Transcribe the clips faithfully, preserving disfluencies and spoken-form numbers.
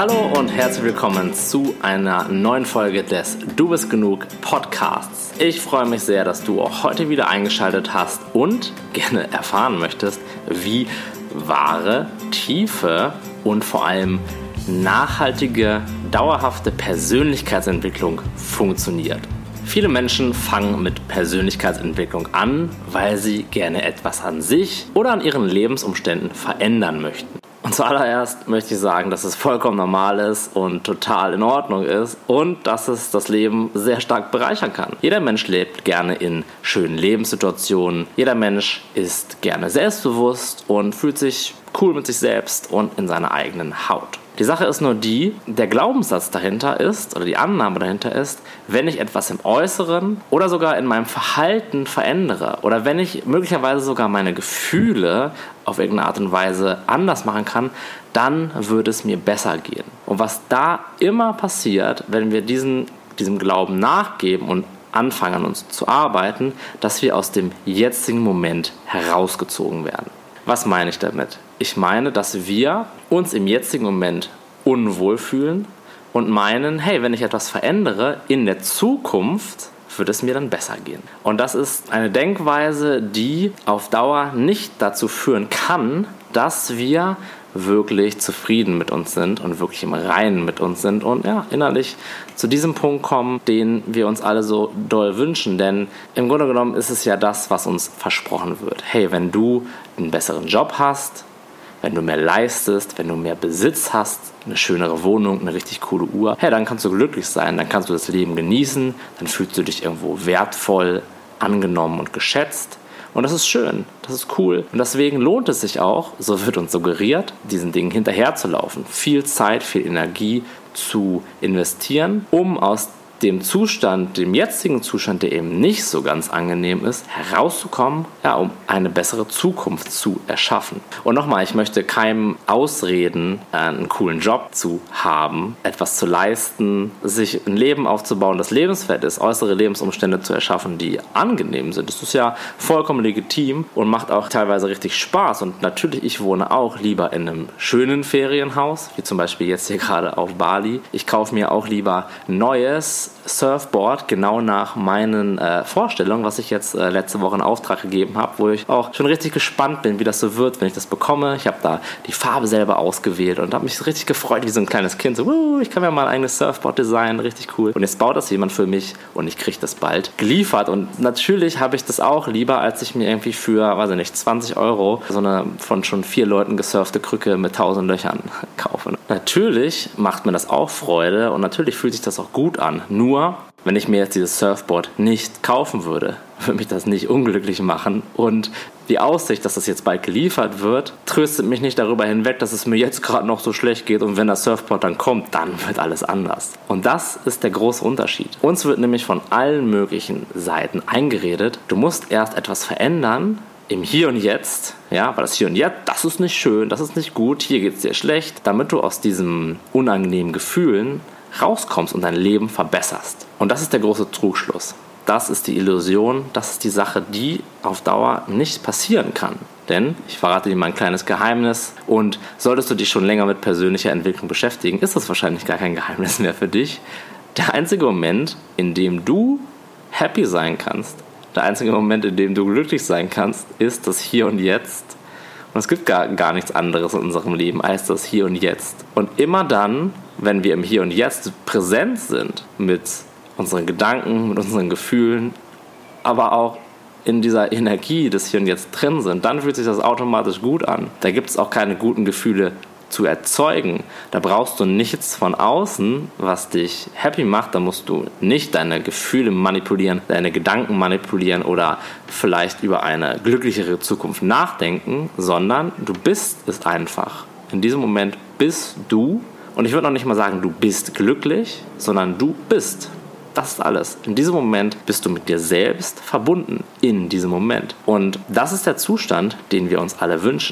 Hallo und herzlich willkommen zu einer neuen Folge des Du bist genug Podcasts. Ich freue mich sehr, dass du auch heute wieder eingeschaltet hast und gerne erfahren möchtest, wie wahre, tiefe und vor allem nachhaltige, dauerhafte Persönlichkeitsentwicklung funktioniert. Viele Menschen fangen mit Persönlichkeitsentwicklung an, weil sie gerne etwas an sich oder an ihren Lebensumständen verändern möchten. Und zuallererst möchte ich sagen, dass es vollkommen normal ist und total in Ordnung ist und dass es das Leben sehr stark bereichern kann. Jeder Mensch lebt gerne in schönen Lebenssituationen. Jeder Mensch ist gerne selbstbewusst und fühlt sich cool mit sich selbst und in seiner eigenen Haut. Die Sache ist nur die, der Glaubenssatz dahinter ist, oder die Annahme dahinter ist, wenn ich etwas im Äußeren oder sogar in meinem Verhalten verändere oder wenn ich möglicherweise sogar meine Gefühle auf irgendeine Art und Weise anders machen kann, dann würde es mir besser gehen. Und was da immer passiert, wenn wir diesen, diesem Glauben nachgeben und anfangen an uns zu arbeiten, dass wir aus dem jetzigen Moment herausgezogen werden. Was meine ich damit? Ich meine, dass wir uns im jetzigen Moment unwohl fühlen und meinen, hey, wenn ich etwas verändere, in der Zukunft wird es mir dann besser gehen. Und das ist eine Denkweise, die auf Dauer nicht dazu führen kann, dass wir wirklich zufrieden mit uns sind und wirklich im Reinen mit uns sind und ja, innerlich zu diesem Punkt kommen, den wir uns alle so doll wünschen. Denn im Grunde genommen ist es ja das, was uns versprochen wird. Hey, wenn du einen besseren Job hast, wenn du mehr leistest, wenn du mehr Besitz hast, eine schönere Wohnung, eine richtig coole Uhr, hey, dann kannst du glücklich sein, dann kannst du das Leben genießen, dann fühlst du dich irgendwo wertvoll, angenommen und geschätzt. Und das ist schön, das ist cool. Und deswegen lohnt es sich auch, so wird uns suggeriert, diesen Dingen hinterherzulaufen, viel Zeit, viel Energie zu investieren, um aus dem Zustand, dem jetzigen Zustand, der eben nicht so ganz angenehm ist, herauszukommen, ja, um eine bessere Zukunft zu erschaffen. Und nochmal, ich möchte keinem ausreden, einen coolen Job zu haben, etwas zu leisten, sich ein Leben aufzubauen, das lebenswert ist, äußere Lebensumstände zu erschaffen, die angenehm sind. Das ist ja vollkommen legitim und macht auch teilweise richtig Spaß. Und natürlich, ich wohne auch lieber in einem schönen Ferienhaus, wie zum Beispiel jetzt hier gerade auf Bali. Ich kaufe mir auch lieber neues Surfboard, genau nach meinen äh, Vorstellungen, was ich jetzt äh, letzte Woche in Auftrag gegeben habe, wo ich auch schon richtig gespannt bin, wie das so wird, wenn ich das bekomme. Ich habe da die Farbe selber ausgewählt und habe mich richtig gefreut, wie so ein kleines Kind. So, uh, ich kann mir mal ein eigenes Surfboard designen, richtig cool. Und jetzt baut das jemand für mich und ich kriege das bald geliefert. Und natürlich habe ich das auch lieber, als ich mir irgendwie für, weiß ich nicht, zwanzig Euro so eine von schon vier Leuten gesurfte Krücke mit tausend Löchern kaufe. Natürlich macht mir das auch Freude und natürlich fühlt sich das auch gut an. Nur, wenn ich mir jetzt dieses Surfboard nicht kaufen würde, würde mich das nicht unglücklich machen. Und die Aussicht, dass das jetzt bald geliefert wird, tröstet mich nicht darüber hinweg, dass es mir jetzt gerade noch so schlecht geht. Und wenn das Surfboard dann kommt, dann wird alles anders. Und das ist der große Unterschied. Uns wird nämlich von allen möglichen Seiten eingeredet, du musst erst etwas verändern, im Hier und Jetzt, ja, weil das Hier und Jetzt, das ist nicht schön, das ist nicht gut, hier geht es dir schlecht, damit du aus diesen unangenehmen Gefühlen rauskommst und dein Leben verbesserst. Und das ist der große Trugschluss. Das ist die Illusion, das ist die Sache, die auf Dauer nicht passieren kann. Denn, ich verrate dir mal ein kleines Geheimnis, und solltest du dich schon länger mit persönlicher Entwicklung beschäftigen, ist das wahrscheinlich gar kein Geheimnis mehr für dich. Der einzige Moment, in dem du happy sein kannst, der einzige Moment, in dem du glücklich sein kannst, ist das Hier und Jetzt. Und es gibt gar, gar nichts anderes in unserem Leben als das Hier und Jetzt. Und immer dann, wenn wir im Hier und Jetzt präsent sind mit unseren Gedanken, mit unseren Gefühlen, aber auch in dieser Energie des Hier und Jetzt drin sind, dann fühlt sich das automatisch gut an. Da gibt es auch keine guten Gefühle zu erzeugen. Da brauchst du nichts von außen, was dich happy macht. Da musst du nicht deine Gefühle manipulieren, deine Gedanken manipulieren oder vielleicht über eine glücklichere Zukunft nachdenken, sondern du bist es einfach. In diesem Moment bist du, und ich würde noch nicht mal sagen, du bist glücklich, sondern du bist. Das ist alles. In diesem Moment bist du mit dir selbst verbunden. In diesem Moment. Und das ist der Zustand, den wir uns alle wünschen.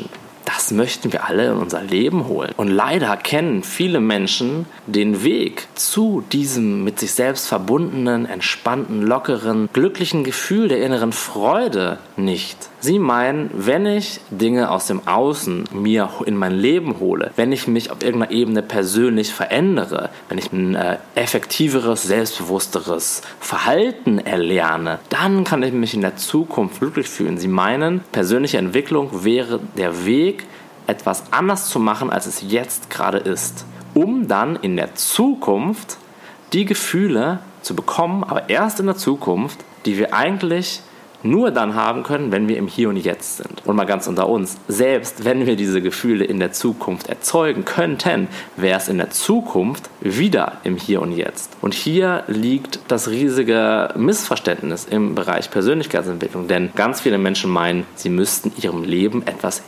das möchten wir alle in unser Leben holen. Und leider kennen viele Menschen den Weg zu diesem mit sich selbst verbundenen, entspannten, lockeren, glücklichen Gefühl der inneren Freude nicht. Sie meinen, wenn ich Dinge aus dem Außen mir in mein Leben hole, wenn ich mich auf irgendeiner Ebene persönlich verändere, wenn ich ein äh, effektiveres, selbstbewussteres Verhalten erlerne, dann kann ich mich in der Zukunft glücklich fühlen. Sie meinen, persönliche Entwicklung wäre der Weg, etwas anders zu machen, als es jetzt gerade ist, um dann in der Zukunft die Gefühle zu bekommen, aber erst in der Zukunft, die wir eigentlich nur dann haben können, wenn wir im Hier und Jetzt sind. Und mal ganz unter uns, selbst wenn wir diese Gefühle in der Zukunft erzeugen könnten, wäre es in der Zukunft wieder im Hier und Jetzt. Und hier liegt das riesige Missverständnis im Bereich Persönlichkeitsentwicklung, denn ganz viele Menschen meinen, sie müssten ihrem Leben etwas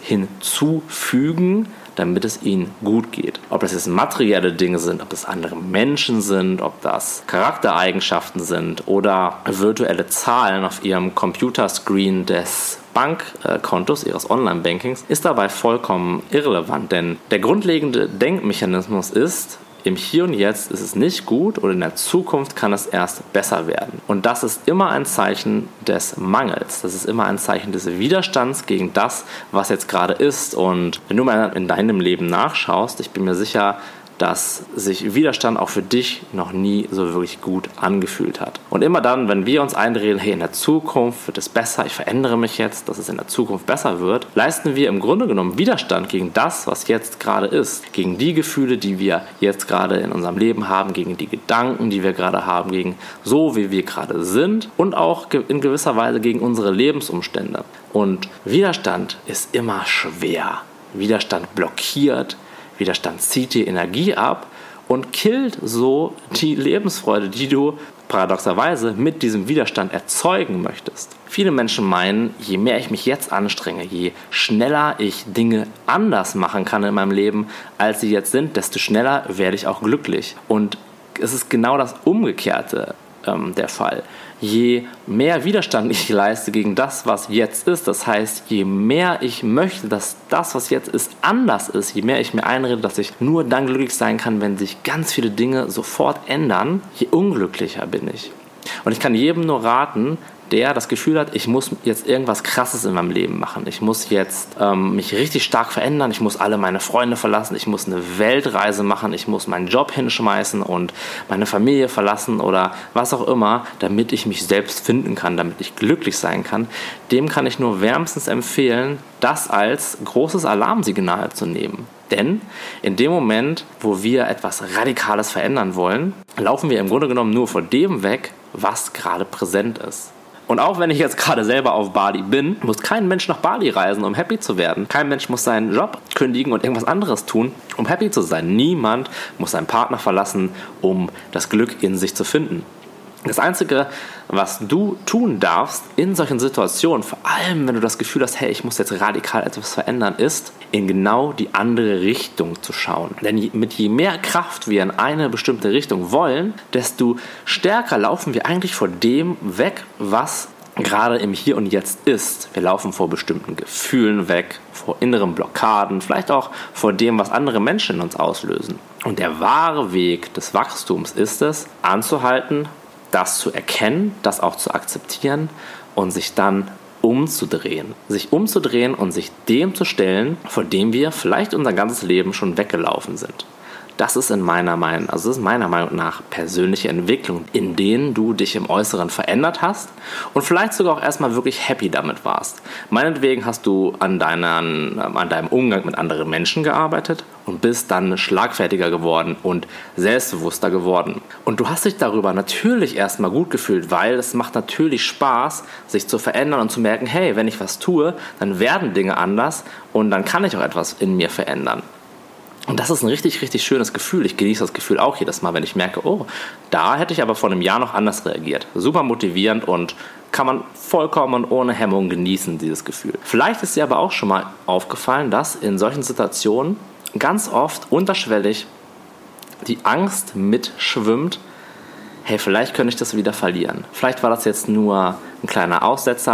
hinzufügen, damit es ihnen gut geht. Ob das jetzt materielle Dinge sind, ob das andere Menschen sind, ob das Charaktereigenschaften sind oder virtuelle Zahlen auf ihrem Computerscreen des Bankkontos, ihres Online-Bankings, ist dabei vollkommen irrelevant, denn der grundlegende Denkmechanismus ist, im Hier und Jetzt ist es nicht gut und in der Zukunft kann es erst besser werden. Und das ist immer ein Zeichen des Mangels. Das ist immer ein Zeichen des Widerstands gegen das, was jetzt gerade ist. Und wenn du mal in deinem Leben nachschaust, ich bin mir sicher, dass sich Widerstand auch für dich noch nie so wirklich gut angefühlt hat. Und immer dann, wenn wir uns einreden, hey, in der Zukunft wird es besser, ich verändere mich jetzt, dass es in der Zukunft besser wird, leisten wir im Grunde genommen Widerstand gegen das, was jetzt gerade ist, gegen die Gefühle, die wir jetzt gerade in unserem Leben haben, gegen die Gedanken, die wir gerade haben, gegen so, wie wir gerade sind und auch in gewisser Weise gegen unsere Lebensumstände. Und Widerstand ist immer schwer. Widerstand blockiert, Widerstand zieht dir Energie ab und killt so die Lebensfreude, die du paradoxerweise mit diesem Widerstand erzeugen möchtest. Viele Menschen meinen, je mehr ich mich jetzt anstrenge, je schneller ich Dinge anders machen kann in meinem Leben, als sie jetzt sind, desto schneller werde ich auch glücklich. Und es ist genau das Umgekehrte ähm, der Fall. Je mehr Widerstand ich leiste gegen das, was jetzt ist, das heißt, je mehr ich möchte, dass das, was jetzt ist, anders ist, je mehr ich mir einrede, dass ich nur dann glücklich sein kann, wenn sich ganz viele Dinge sofort ändern, je unglücklicher bin ich. Und ich kann jedem nur raten, der das Gefühl hat, ich muss jetzt irgendwas Krasses in meinem Leben machen. Ich muss jetzt ähm, mich richtig stark verändern. Ich muss alle meine Freunde verlassen. Ich muss eine Weltreise machen. Ich muss meinen Job hinschmeißen und meine Familie verlassen oder was auch immer, damit ich mich selbst finden kann, damit ich glücklich sein kann. Dem kann ich nur wärmstens empfehlen, das als großes Alarmsignal zu nehmen. Denn in dem Moment, wo wir etwas Radikales verändern wollen, laufen wir im Grunde genommen nur vor dem weg, was gerade präsent ist. Und auch wenn ich jetzt gerade selber auf Bali bin, muss kein Mensch nach Bali reisen, um happy zu werden. Kein Mensch muss seinen Job kündigen und irgendwas anderes tun, um happy zu sein. Niemand muss seinen Partner verlassen, um das Glück in sich zu finden. Das Einzige, was du tun darfst in solchen Situationen, vor allem wenn du das Gefühl hast, hey, ich muss jetzt radikal etwas verändern, ist, in genau die andere Richtung zu schauen. Denn mit je mehr Kraft wir in eine bestimmte Richtung wollen, desto stärker laufen wir eigentlich vor dem weg, was gerade im Hier und Jetzt ist. Wir laufen vor bestimmten Gefühlen weg, vor inneren Blockaden, vielleicht auch vor dem, was andere Menschen in uns auslösen. Und der wahre Weg des Wachstums ist es, anzuhalten, das zu erkennen, das auch zu akzeptieren und sich dann umzudrehen. Sich umzudrehen und sich dem zu stellen, vor dem wir vielleicht unser ganzes Leben schon weggelaufen sind. Das ist in meiner Meinung, also das ist meiner Meinung nach persönliche Entwicklung, in denen du dich im Äußeren verändert hast und vielleicht sogar auch erstmal wirklich happy damit warst. Meinetwegen hast du an, deinen, an deinem Umgang mit anderen Menschen gearbeitet und bist dann schlagfertiger geworden und selbstbewusster geworden. Und du hast dich darüber natürlich erstmal gut gefühlt, weil es macht natürlich Spaß, sich zu verändern und zu merken, hey, wenn ich was tue, dann werden Dinge anders und dann kann ich auch etwas in mir verändern. Und das ist ein richtig, richtig schönes Gefühl. Ich genieße das Gefühl auch jedes Mal, wenn ich merke, oh, da hätte ich aber vor einem Jahr noch anders reagiert. Super motivierend und kann man vollkommen ohne Hemmung genießen, dieses Gefühl. Vielleicht ist dir aber auch schon mal aufgefallen, dass in solchen Situationen ganz oft unterschwellig die Angst mitschwimmt, hey, vielleicht könnte ich das wieder verlieren. Vielleicht war das jetzt nur ein kleiner Aussetzer,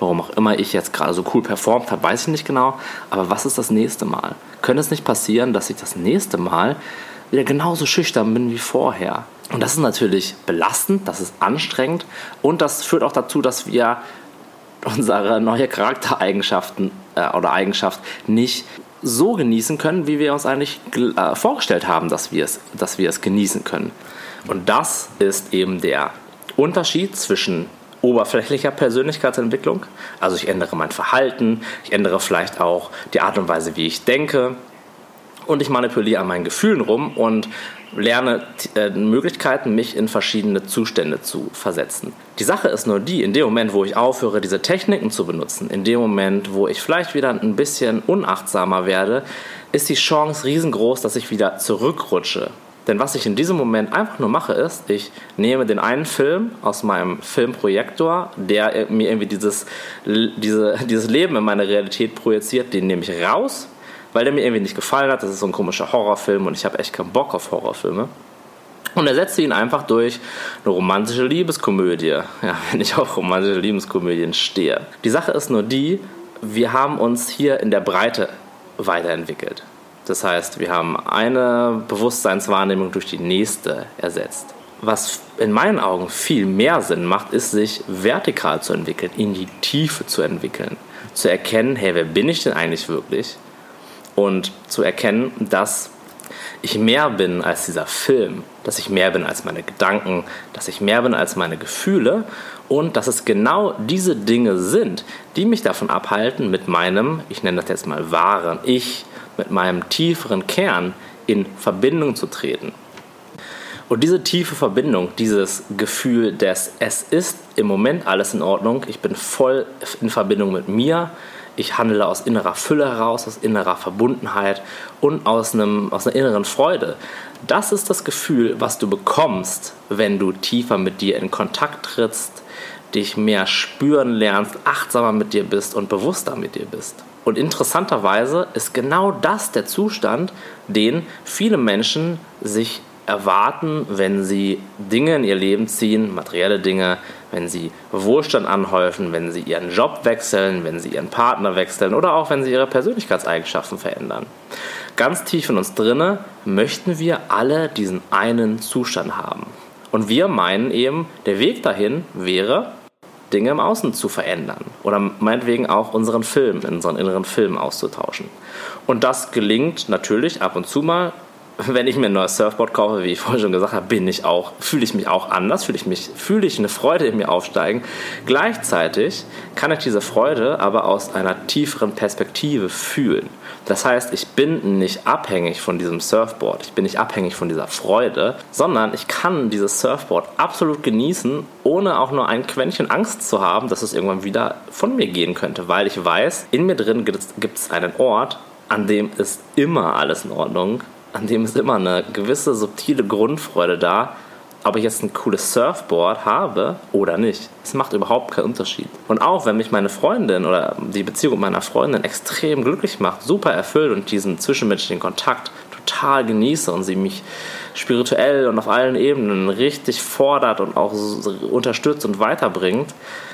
warum auch immer ich jetzt gerade so cool performt habe, weiß ich nicht genau, aber was ist das nächste Mal? Könnte es nicht passieren, dass ich das nächste Mal wieder genauso schüchtern bin wie vorher? Und das ist natürlich belastend, das ist anstrengend und das führt auch dazu, dass wir unsere neue Charaktereigenschaften äh, oder Eigenschaft nicht so genießen können, wie wir uns eigentlich äh, vorgestellt haben, dass wir es, dass wir es genießen können. Und das ist eben der Unterschied zwischen oberflächlicher Persönlichkeitsentwicklung, also ich ändere mein Verhalten, ich ändere vielleicht auch die Art und Weise, wie ich denke und ich manipuliere an meinen Gefühlen rum und lerne äh, Möglichkeiten, mich in verschiedene Zustände zu versetzen. Die Sache ist nur die, in dem Moment, wo ich aufhöre, diese Techniken zu benutzen, in dem Moment, wo ich vielleicht wieder ein bisschen unachtsamer werde, ist die Chance riesengroß, dass ich wieder zurückrutsche. Denn was ich in diesem Moment einfach nur mache, ist, ich nehme den einen Film aus meinem Filmprojektor, der mir irgendwie dieses, diese, dieses Leben in meine Realität projiziert, den nehme ich raus, weil der mir irgendwie nicht gefallen hat. Das ist so ein komischer Horrorfilm und ich habe echt keinen Bock auf Horrorfilme. Und ersetze ihn einfach durch eine romantische Liebeskomödie. Ja, wenn ich auf romantische Liebeskomödien stehe. Die Sache ist nur die, wir haben uns hier in der Breite weiterentwickelt. Das heißt, wir haben eine Bewusstseinswahrnehmung durch die nächste ersetzt. Was in meinen Augen viel mehr Sinn macht, ist, sich vertikal zu entwickeln, in die Tiefe zu entwickeln. Zu erkennen, hey, wer bin ich denn eigentlich wirklich? Und zu erkennen, dass ich mehr bin als dieser Film, dass ich mehr bin als meine Gedanken, dass ich mehr bin als meine Gefühle und dass es genau diese Dinge sind, die mich davon abhalten, mit meinem, ich nenne das jetzt mal wahren Ich, mit meinem tieferen Kern in Verbindung zu treten. Und diese tiefe Verbindung, dieses Gefühl des es ist im Moment alles in Ordnung, ich bin voll in Verbindung mit mir, ich handle aus innerer Fülle heraus, aus innerer Verbundenheit und aus, einem, aus einer inneren Freude. Das ist das Gefühl, was du bekommst, wenn du tiefer mit dir in Kontakt trittst, dich mehr spüren lernst, achtsamer mit dir bist und bewusster mit dir bist. Und interessanterweise ist genau das der Zustand, den viele Menschen sich erwarten, wenn sie Dinge in ihr Leben ziehen, materielle Dinge, wenn sie Wohlstand anhäufen, wenn sie ihren Job wechseln, wenn sie ihren Partner wechseln oder auch wenn sie ihre Persönlichkeitseigenschaften verändern. Ganz tief in uns drinne möchten wir alle diesen einen Zustand haben. Und wir meinen eben, der Weg dahin wäre, Dinge im Außen zu verändern oder meinetwegen auch unseren Film, unseren inneren Film auszutauschen. Und das gelingt natürlich ab und zu mal. Wenn ich mir ein neues Surfboard kaufe, wie ich vorhin schon gesagt habe, bin ich auch, fühle ich mich auch anders, fühle ich mich, fühle ich eine Freude in mir aufsteigen. Gleichzeitig kann ich diese Freude aber aus einer tieferen Perspektive fühlen. Das heißt, ich bin nicht abhängig von diesem Surfboard, ich bin nicht abhängig von dieser Freude, sondern ich kann dieses Surfboard absolut genießen, ohne auch nur ein Quäntchen Angst zu haben, dass es irgendwann wieder von mir gehen könnte, weil ich weiß, in mir drin gibt es einen Ort, an dem ist immer alles in Ordnung, an dem ist immer eine gewisse subtile Grundfreude da, ob ich jetzt ein cooles Surfboard habe oder nicht. Es macht überhaupt keinen Unterschied. Und auch wenn mich meine Freundin oder die Beziehung mit meiner Freundin extrem glücklich macht, super erfüllt und diesen zwischenmenschlichen Kontakt total genieße und sie mich spirituell und auf allen Ebenen richtig fordert und auch unterstützt und weiterbringt,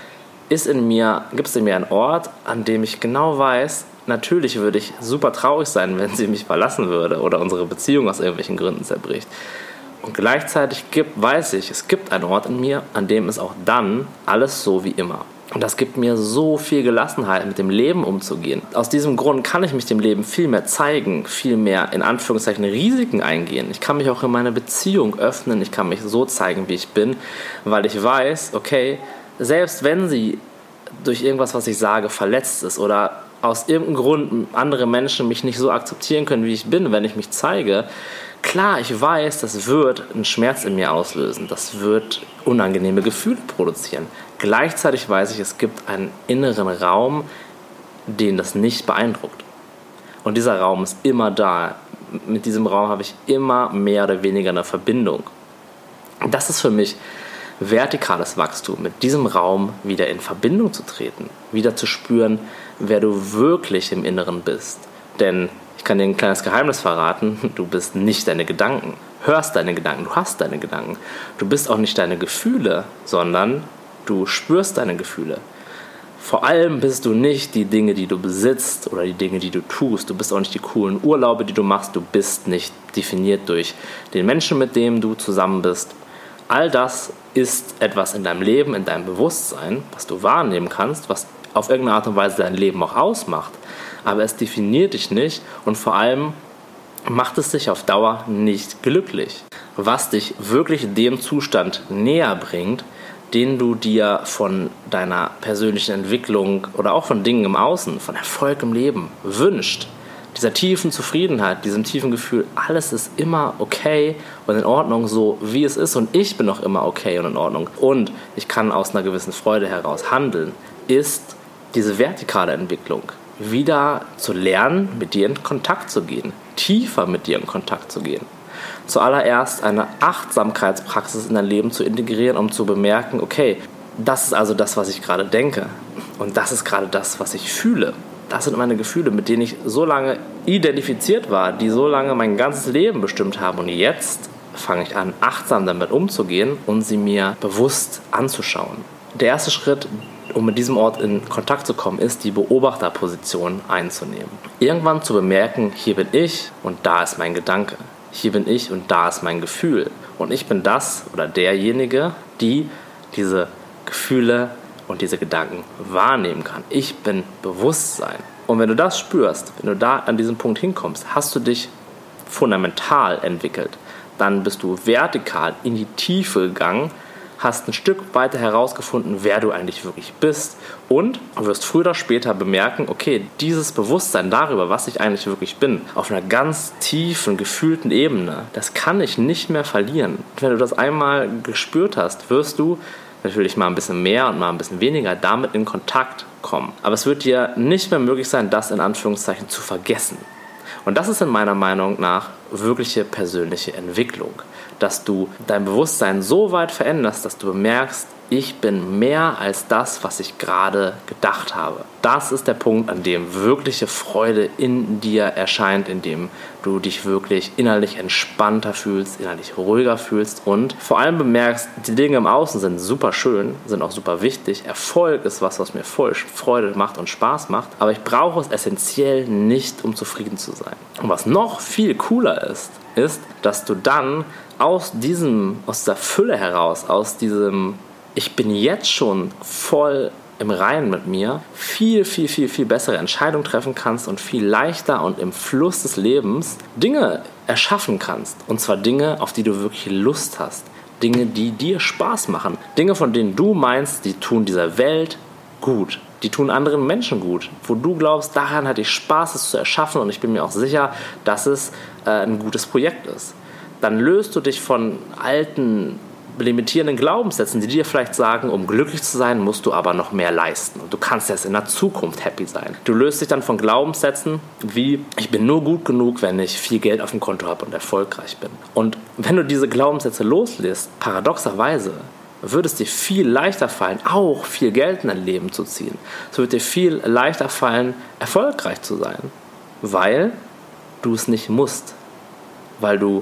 ist in mir, gibt es in mir einen Ort, an dem ich genau weiß, natürlich würde ich super traurig sein, wenn sie mich verlassen würde oder unsere Beziehung aus irgendwelchen Gründen zerbricht. Und gleichzeitig gibt, weiß ich, es gibt einen Ort in mir, an dem ist auch dann alles so wie immer. Und das gibt mir so viel Gelassenheit, mit dem Leben umzugehen. Aus diesem Grund kann ich mich dem Leben viel mehr zeigen, viel mehr in Anführungszeichen Risiken eingehen. Ich kann mich auch in meine Beziehung öffnen, ich kann mich so zeigen, wie ich bin, weil ich weiß, okay, selbst wenn sie durch irgendwas, was ich sage, verletzt ist oder aus irgendeinem Grund andere Menschen mich nicht so akzeptieren können, wie ich bin, wenn ich mich zeige, klar, ich weiß, das wird einen Schmerz in mir auslösen, das wird unangenehme Gefühle produzieren. Gleichzeitig weiß ich, es gibt einen inneren Raum, den das nicht beeindruckt. Und dieser Raum ist immer da. Mit diesem Raum habe ich immer mehr oder weniger eine Verbindung. Das ist für mich vertikales Wachstum, mit diesem Raum wieder in Verbindung zu treten, wieder zu spüren, wer du wirklich im Inneren bist. Denn ich kann dir ein kleines Geheimnis verraten, du bist nicht deine Gedanken, hörst deine Gedanken, du hast deine Gedanken. Du bist auch nicht deine Gefühle, sondern du spürst deine Gefühle. Vor allem bist du nicht die Dinge, die du besitzt oder die Dinge, die du tust. Du bist auch nicht die coolen Urlaube, die du machst. Du bist nicht definiert durch den Menschen, mit dem du zusammen bist. All das ist etwas in deinem Leben, in deinem Bewusstsein, was du wahrnehmen kannst, was auf irgendeine Art und Weise dein Leben auch ausmacht. Aber es definiert dich nicht und vor allem macht es dich auf Dauer nicht glücklich. Was dich wirklich dem Zustand näher bringt, den du dir von deiner persönlichen Entwicklung oder auch von Dingen im Außen, von Erfolg im Leben wünscht. Dieser tiefen Zufriedenheit, diesem tiefen Gefühl, alles ist immer okay und in Ordnung, so wie es ist und ich bin auch immer okay und in Ordnung und ich kann aus einer gewissen Freude heraus handeln, ist diese vertikale Entwicklung. Wieder zu lernen, mit dir in Kontakt zu gehen, tiefer mit dir in Kontakt zu gehen. Zuallererst eine Achtsamkeitspraxis in dein Leben zu integrieren, um zu bemerken, okay, das ist also das, was ich gerade denke und das ist gerade das, was ich fühle. Das sind meine Gefühle, mit denen ich so lange identifiziert war, die so lange mein ganzes Leben bestimmt haben. Und jetzt fange ich an, achtsam damit umzugehen und sie mir bewusst anzuschauen. Der erste Schritt, um mit diesem Ort in Kontakt zu kommen, ist, die Beobachterposition einzunehmen. Irgendwann zu bemerken, hier bin ich und da ist mein Gedanke. Hier bin ich und da ist mein Gefühl. Und ich bin das oder derjenige, die diese Gefühle und diese Gedanken wahrnehmen kann. Ich bin Bewusstsein. Und wenn du das spürst, wenn du da an diesem Punkt hinkommst, hast du dich fundamental entwickelt. Dann bist du vertikal in die Tiefe gegangen, hast ein Stück weiter herausgefunden, wer du eigentlich wirklich bist und wirst früher oder später bemerken, okay, dieses Bewusstsein darüber, was ich eigentlich wirklich bin, auf einer ganz tiefen, gefühlten Ebene, das kann ich nicht mehr verlieren. Und wenn du das einmal gespürt hast, wirst du natürlich mal ein bisschen mehr und mal ein bisschen weniger damit in Kontakt kommen. Aber es wird dir nicht mehr möglich sein, das in Anführungszeichen zu vergessen. Und das ist in meiner Meinung nach wirkliche persönliche Entwicklung, dass du dein Bewusstsein so weit veränderst, dass du bemerkst, ich bin mehr als das, was ich gerade gedacht habe. Das ist der Punkt, an dem wirkliche Freude in dir erscheint, in dem du dich wirklich innerlich entspannter fühlst, innerlich ruhiger fühlst und vor allem bemerkst, die Dinge im Außen sind super schön, sind auch super wichtig. Erfolg ist was, was mir voll Freude macht und Spaß macht, aber ich brauche es essentiell nicht, um zufrieden zu sein. Und was noch viel cooler ist, ist, dass du dann aus diesem, aus dieser Fülle heraus, aus diesem ich bin jetzt schon voll im Reinen mit mir, viel, viel, viel, viel bessere Entscheidungen treffen kannst und viel leichter und im Fluss des Lebens Dinge erschaffen kannst. Und zwar Dinge, auf die du wirklich Lust hast. Dinge, die dir Spaß machen. Dinge, von denen du meinst, die tun dieser Welt gut. Die tun anderen Menschen gut. Wo du glaubst, daran hatte ich Spaß, es zu erschaffen und ich bin mir auch sicher, dass es äh, ein gutes Projekt ist. Dann löst du dich von alten limitierenden Glaubenssätzen, die dir vielleicht sagen, um glücklich zu sein, musst du aber noch mehr leisten. Und du kannst erst in der Zukunft happy sein. Du löst dich dann von Glaubenssätzen wie, ich bin nur gut genug, wenn ich viel Geld auf dem Konto habe und erfolgreich bin. Und wenn du diese Glaubenssätze loslässt, paradoxerweise, würde es dir viel leichter fallen, auch viel Geld in dein Leben zu ziehen. Es wird dir viel leichter fallen, erfolgreich zu sein, weil du es nicht musst, weil du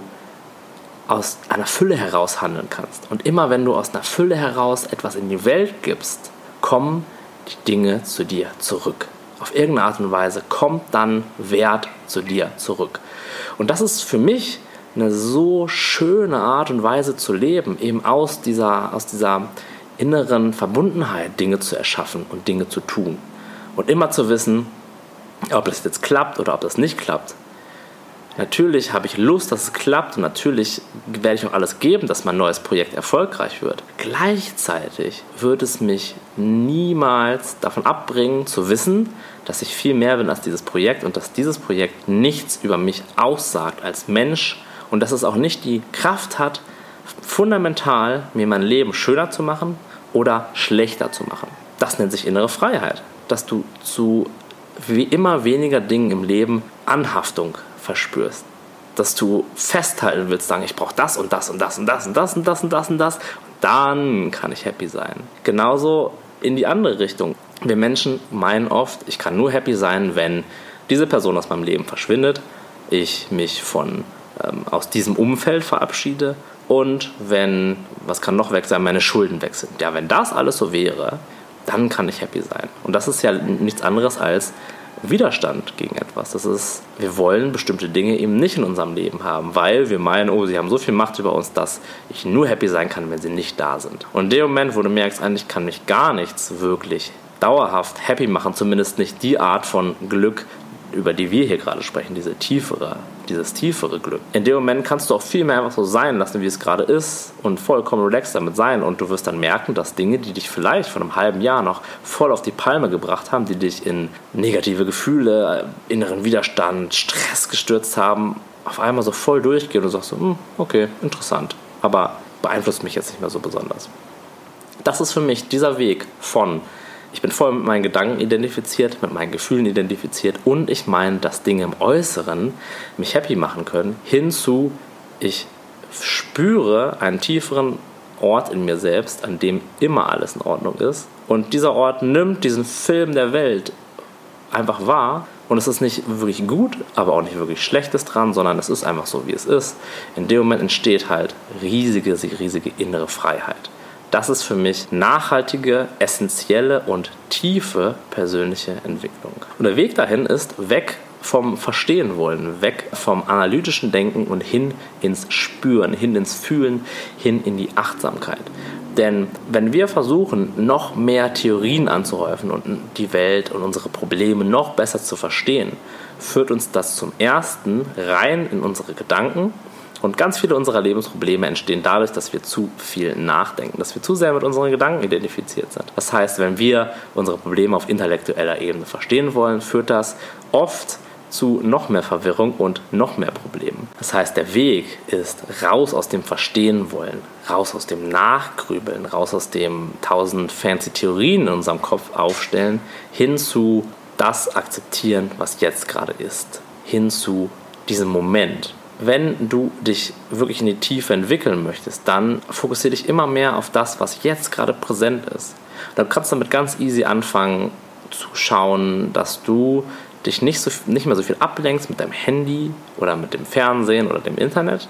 aus einer Fülle heraus handeln kannst. Und immer wenn du aus einer Fülle heraus etwas in die Welt gibst, kommen die Dinge zu dir zurück. Auf irgendeine Art und Weise kommt dann Wert zu dir zurück. Und das ist für mich eine so schöne Art und Weise zu leben, eben aus dieser, aus dieser inneren Verbundenheit Dinge zu erschaffen und Dinge zu tun. Und immer zu wissen, ob das jetzt klappt oder ob das nicht klappt. Natürlich habe ich Lust, dass es klappt und natürlich werde ich auch alles geben, dass mein neues Projekt erfolgreich wird. Gleichzeitig wird es mich niemals davon abbringen, zu wissen, dass ich viel mehr bin als dieses Projekt und dass dieses Projekt nichts über mich aussagt als Mensch und dass es auch nicht die Kraft hat, fundamental mir mein Leben schöner zu machen oder schlechter zu machen. Das nennt sich innere Freiheit, dass du zu wie immer weniger Dingen im Leben Anhaftung verspürst, dass du festhalten willst, sagen, ich brauche das und das und das und das und das und das und das und das und dann kann ich happy sein. Genauso in die andere Richtung. Wir Menschen meinen oft, ich kann nur happy sein, wenn diese Person aus meinem Leben verschwindet, ich mich von ähm, aus diesem Umfeld verabschiede und wenn, was kann noch weg sein, meine Schulden weg sind. Ja, wenn das alles so wäre, dann kann ich happy sein. Und das ist ja nichts anderes als Widerstand gegen etwas. Das ist, wir wollen bestimmte Dinge eben nicht in unserem Leben haben, weil wir meinen, oh, sie haben so viel Macht über uns, dass ich nur happy sein kann, wenn sie nicht da sind. Und in dem Moment, wo du merkst, eigentlich kann mich gar nichts wirklich dauerhaft happy machen, zumindest nicht die Art von Glück, über die wir hier gerade sprechen, diese tiefere, dieses tiefere Glück. In dem Moment kannst du auch viel mehr einfach so sein lassen, wie es gerade ist und vollkommen relaxed damit sein, und du wirst dann merken, dass Dinge, die dich vielleicht vor einem halben Jahr noch voll auf die Palme gebracht haben, die dich in negative Gefühle, inneren Widerstand, Stress gestürzt haben, auf einmal so voll durchgehen und sagst so, hm, okay, interessant, aber beeinflusst mich jetzt nicht mehr so besonders. Das ist für mich dieser Weg von: Ich bin voll mit meinen Gedanken identifiziert, mit meinen Gefühlen identifiziert, und ich meine, dass Dinge im Äußeren mich happy machen können, hinzu, ich spüre einen tieferen Ort in mir selbst, an dem immer alles in Ordnung ist. Und dieser Ort nimmt diesen Film der Welt einfach wahr, und es ist nicht wirklich gut, aber auch nicht wirklich Schlechtes dran, sondern es ist einfach so, wie es ist. In dem Moment entsteht halt riesige, riesige innere Freiheit. Das ist für mich nachhaltige, essentielle und tiefe persönliche Entwicklung. Und der Weg dahin ist weg vom Verstehen wollen, weg vom analytischen Denken und hin ins Spüren, hin ins Fühlen, hin in die Achtsamkeit. Denn wenn wir versuchen, noch mehr Theorien anzuhäufen und die Welt und unsere Probleme noch besser zu verstehen, führt uns das zum Ersten rein in unsere Gedanken. Und ganz viele unserer Lebensprobleme entstehen dadurch, dass wir zu viel nachdenken, dass wir zu sehr mit unseren Gedanken identifiziert sind. Das heißt, wenn wir unsere Probleme auf intellektueller Ebene verstehen wollen, führt das oft zu noch mehr Verwirrung und noch mehr Problemen. Das heißt, der Weg ist raus aus dem Verstehen wollen, raus aus dem Nachgrübeln, raus aus dem tausend fancy Theorien in unserem Kopf aufstellen, hin zu das akzeptieren, was jetzt gerade ist, hin zu diesem Moment. Wenn du dich wirklich in die Tiefe entwickeln möchtest, dann fokussiere dich immer mehr auf das, was jetzt gerade präsent ist. Dann kannst du damit ganz easy anfangen zu schauen, dass du dich nicht, so, nicht mehr so viel ablenkst mit deinem Handy oder mit dem Fernsehen oder dem Internet,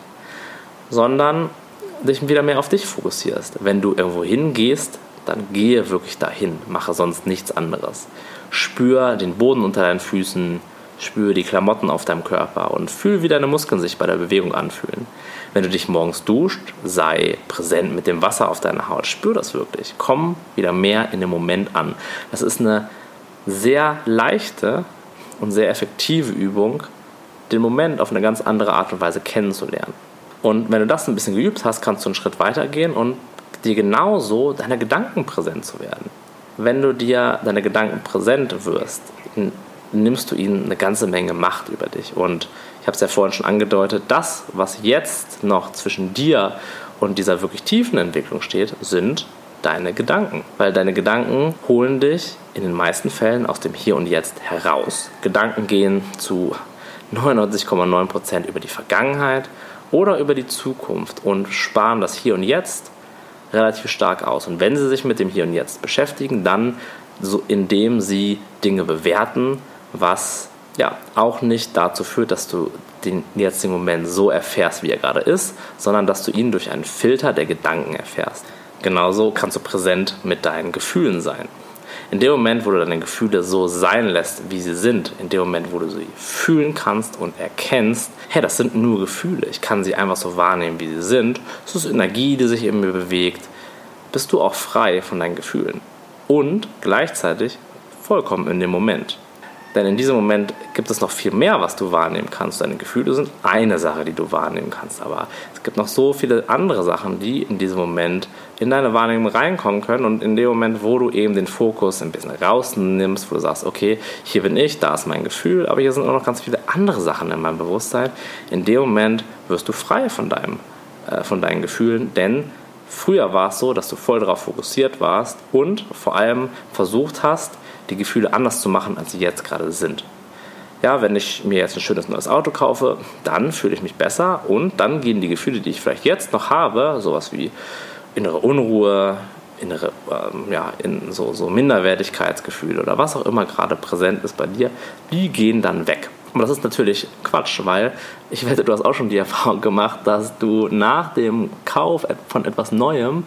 sondern dich wieder mehr auf dich fokussierst. Wenn du irgendwo hingehst, dann gehe wirklich dahin, mache sonst nichts anderes. Spür den Boden unter deinen Füßen, spüre die Klamotten auf deinem Körper und fühl, wie deine Muskeln sich bei der Bewegung anfühlen. Wenn du dich morgens duscht, sei präsent mit dem Wasser auf deiner Haut. Spür das wirklich. Komm wieder mehr in den Moment an. Das ist eine sehr leichte und sehr effektive Übung, den Moment auf eine ganz andere Art und Weise kennenzulernen. Und wenn du das ein bisschen geübt hast, kannst du einen Schritt weiter gehen und dir genauso deine Gedanken präsent zu werden. Wenn du dir deine Gedanken präsent wirst, nimmst du ihnen eine ganze Menge Macht über dich. Und ich habe es ja vorhin schon angedeutet, das, was jetzt noch zwischen dir und dieser wirklich tiefen Entwicklung steht, sind deine Gedanken. Weil deine Gedanken holen dich in den meisten Fällen aus dem Hier und Jetzt heraus. Gedanken gehen zu neunundneunzig Komma neun Prozent über die Vergangenheit oder über die Zukunft und sparen das Hier und Jetzt relativ stark aus. Und wenn sie sich mit dem Hier und Jetzt beschäftigen, dann so, indem sie Dinge bewerten, was ja auch nicht dazu führt, dass du den jetzigen Moment so erfährst, wie er gerade ist, sondern dass du ihn durch einen Filter der Gedanken erfährst. Genauso kannst du präsent mit deinen Gefühlen sein. In dem Moment, wo du deine Gefühle so sein lässt, wie sie sind, in dem Moment, wo du sie fühlen kannst und erkennst, hey, das sind nur Gefühle, ich kann sie einfach so wahrnehmen, wie sie sind, es ist Energie, die sich in mir bewegt, bist du auch frei von deinen Gefühlen und gleichzeitig vollkommen in dem Moment. Denn in diesem Moment gibt es noch viel mehr, was du wahrnehmen kannst. Deine Gefühle sind eine Sache, die du wahrnehmen kannst. Aber es gibt noch so viele andere Sachen, die in diesem Moment in deine Wahrnehmung reinkommen können. Und in dem Moment, wo du eben den Fokus ein bisschen rausnimmst, wo du sagst, okay, hier bin ich, da ist mein Gefühl, aber hier sind auch noch ganz viele andere Sachen in meinem Bewusstsein. In dem Moment wirst du frei von, deinem, äh, von deinen Gefühlen, denn früher war es so, dass du voll darauf fokussiert warst und vor allem versucht hast, die Gefühle anders zu machen, als sie jetzt gerade sind. Ja, wenn ich mir jetzt ein schönes neues Auto kaufe, dann fühle ich mich besser und dann gehen die Gefühle, die ich vielleicht jetzt noch habe, sowas wie innere Unruhe, innere, ähm, ja, in so, so Minderwertigkeitsgefühle oder was auch immer gerade präsent ist bei dir, die gehen dann weg. Und das ist natürlich Quatsch, weil ich wette, du hast auch schon die Erfahrung gemacht, dass du nach dem Kauf von etwas Neuem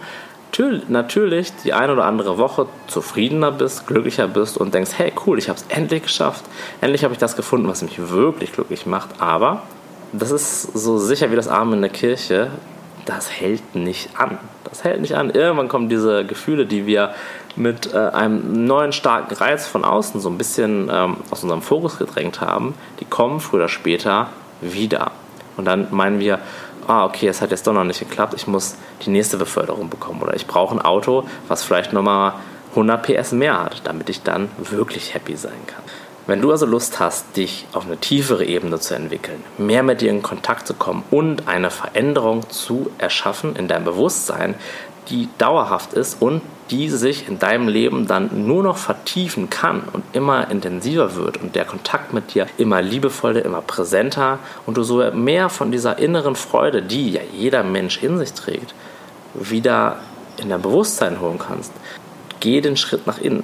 natürlich die eine oder andere Woche zufriedener bist, glücklicher bist und denkst, hey cool, ich habe es endlich geschafft, endlich habe ich das gefunden, was mich wirklich glücklich macht, aber das ist so sicher wie das Amen in der Kirche, das hält nicht an. Das hält nicht an. Irgendwann kommen diese Gefühle, die wir mit äh, einem neuen starken Reiz von außen so ein bisschen ähm, aus unserem Fokus gedrängt haben, die kommen früher oder später wieder. Und dann meinen wir, ah, okay, es hat jetzt doch noch nicht geklappt, ich muss die nächste Beförderung bekommen oder ich brauche ein Auto, was vielleicht nochmal hundert P S mehr hat, damit ich dann wirklich happy sein kann. Wenn du also Lust hast, dich auf eine tiefere Ebene zu entwickeln, mehr mit dir in Kontakt zu kommen und eine Veränderung zu erschaffen in deinem Bewusstsein, die dauerhaft ist und die sich in deinem Leben dann nur noch vertiefen kann und immer intensiver wird und der Kontakt mit dir immer liebevoller, immer präsenter und du so mehr von dieser inneren Freude, die ja jeder Mensch in sich trägt, wieder in dein Bewusstsein holen kannst. Geh den Schritt nach innen.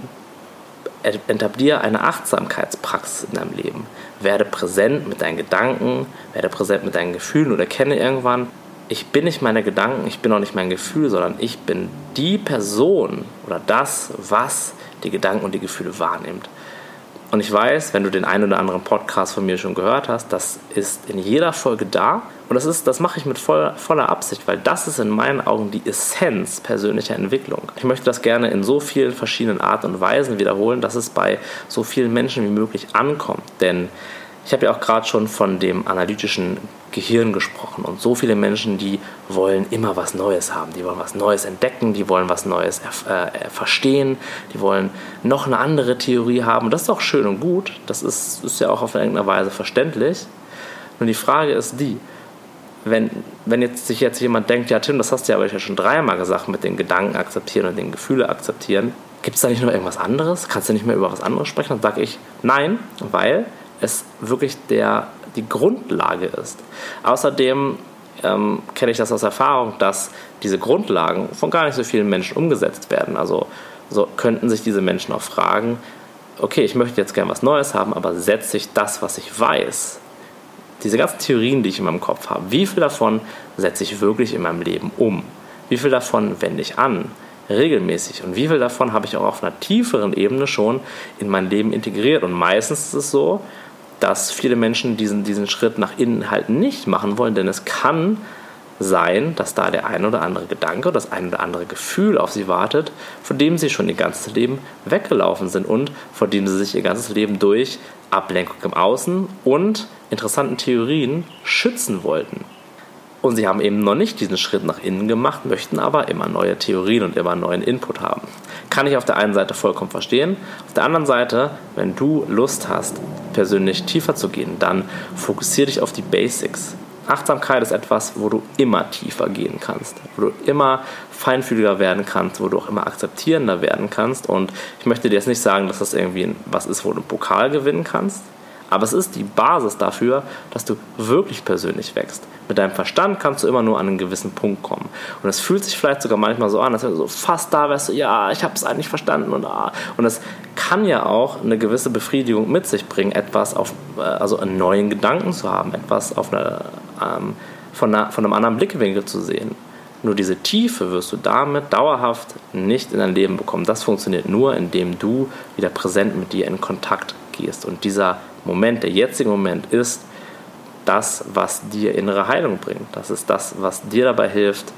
Etabliere eine Achtsamkeitspraxis in deinem Leben. Werde präsent mit deinen Gedanken, werde präsent mit deinen Gefühlen und erkenne irgendwann, ich bin nicht meine Gedanken, ich bin auch nicht mein Gefühl, sondern ich bin die Person oder das, was die Gedanken und die Gefühle wahrnimmt. Und ich weiß, wenn du den einen oder anderen Podcast von mir schon gehört hast, das ist in jeder Folge da. Und das, ist, das mache ich mit voller, voller Absicht, weil das ist in meinen Augen die Essenz persönlicher Entwicklung. Ich möchte das gerne in so vielen verschiedenen Arten und Weisen wiederholen, dass es bei so vielen Menschen wie möglich ankommt. Denn ich habe ja auch gerade schon von dem analytischen Gehirn gesprochen und so viele Menschen, die wollen immer was Neues haben, die wollen was Neues entdecken, die wollen was Neues äh, verstehen, die wollen noch eine andere Theorie haben. Und das ist auch schön und gut, das ist, ist ja auch auf irgendeine Weise verständlich. Nur die Frage ist die, wenn, wenn jetzt sich jetzt jemand denkt, ja Tim, das hast du ja aber ja schon dreimal gesagt, mit den Gedanken akzeptieren und den Gefühlen akzeptieren, gibt es da nicht noch irgendwas anderes? Kannst du nicht mehr über was anderes sprechen? Dann sage ich, nein, weil es wirklich der, die Grundlage ist. Außerdem ähm, kenne ich das aus Erfahrung, dass diese Grundlagen von gar nicht so vielen Menschen umgesetzt werden. Also so könnten sich diese Menschen auch fragen, okay, ich möchte jetzt gerne was Neues haben, aber setze ich das, was ich weiß, diese ganzen Theorien, die ich in meinem Kopf habe, wie viel davon setze ich wirklich in meinem Leben um? Wie viel davon wende ich an? Regelmäßig. Und wie viel davon habe ich auch auf einer tieferen Ebene schon in mein Leben integriert? Und meistens ist es so, dass viele Menschen diesen, diesen Schritt nach innen halt nicht machen wollen, denn es kann sein, dass da der ein oder andere Gedanke oder das ein oder andere Gefühl auf sie wartet, von dem sie schon ihr ganzes Leben weggelaufen sind und vor dem sie sich ihr ganzes Leben durch Ablenkung im Außen und interessanten Theorien schützen wollten. Und sie haben eben noch nicht diesen Schritt nach innen gemacht, möchten aber immer neue Theorien und immer neuen Input haben. Kann ich auf der einen Seite vollkommen verstehen. Auf der anderen Seite, wenn du Lust hast, persönlich tiefer zu gehen, dann fokussiere dich auf die Basics. Achtsamkeit ist etwas, wo du immer tiefer gehen kannst, wo du immer feinfühliger werden kannst, wo du auch immer akzeptierender werden kannst. Und ich möchte dir jetzt nicht sagen, dass das irgendwie was ist, wo du einen Pokal gewinnen kannst, aber es ist die Basis dafür, dass du wirklich persönlich wächst. Mit deinem Verstand kannst du immer nur an einen gewissen Punkt kommen. Und es fühlt sich vielleicht sogar manchmal so an, als wenn du so fast da wärst, so, ja, ich habe es eigentlich verstanden. Und ah. und es kann ja auch eine gewisse Befriedigung mit sich bringen, etwas auf, also einen neuen Gedanken zu haben, etwas auf eine, ähm, von, einer, von einem anderen Blickwinkel zu sehen. Nur diese Tiefe wirst du damit dauerhaft nicht in dein Leben bekommen. Das funktioniert nur, indem du wieder präsent mit dir in Kontakt gehst. Und dieser Moment, der jetzige Moment ist das, was dir innere Heilung bringt. Das ist das, was dir dabei hilft,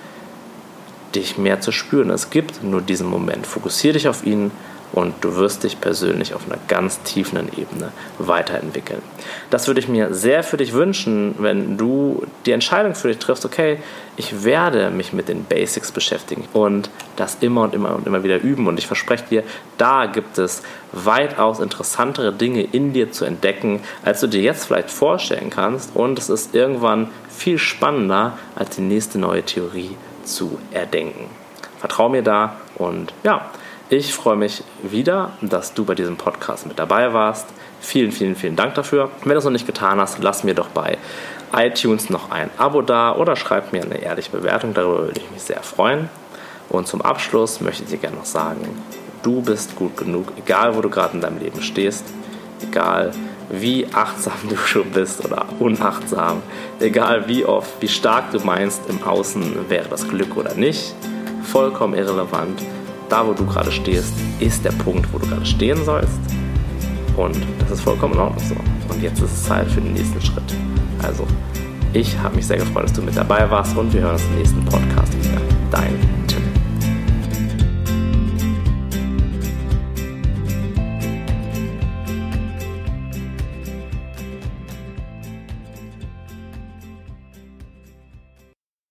dich mehr zu spüren. Es gibt nur diesen Moment. Fokussiere dich auf ihn und du wirst dich persönlich auf einer ganz tiefen Ebene weiterentwickeln. Das würde ich mir sehr für dich wünschen, wenn du die Entscheidung für dich triffst, okay, ich werde mich mit den Basics beschäftigen und das immer und immer und immer wieder üben. Und ich verspreche dir, da gibt es weitaus interessantere Dinge in dir zu entdecken, als du dir jetzt vielleicht vorstellen kannst. Und es ist irgendwann viel spannender, als die nächste neue Theorie zu erdenken. Vertrau mir da und ja, ich freue mich wieder, dass du bei diesem Podcast mit dabei warst. Vielen, vielen, vielen Dank dafür. Wenn du es noch nicht getan hast, lass mir doch bei iTunes noch ein Abo da oder schreib mir eine ehrliche Bewertung. Darüber würde ich mich sehr freuen. Und zum Abschluss möchte ich dir gerne noch sagen, du bist gut genug, egal wo du gerade in deinem Leben stehst, egal wie achtsam du schon bist oder unachtsam, egal wie oft, wie stark du meinst, im Außen wäre das Glück oder nicht. vollkommen irrelevant. Da, wo du gerade stehst, ist der Punkt, wo du gerade stehen sollst. Und das ist vollkommen in Ordnung so. Und jetzt ist es Zeit für den nächsten Schritt. Also, ich habe mich sehr gefreut, dass du mit dabei warst und wir hören uns im nächsten Podcast wieder. Dein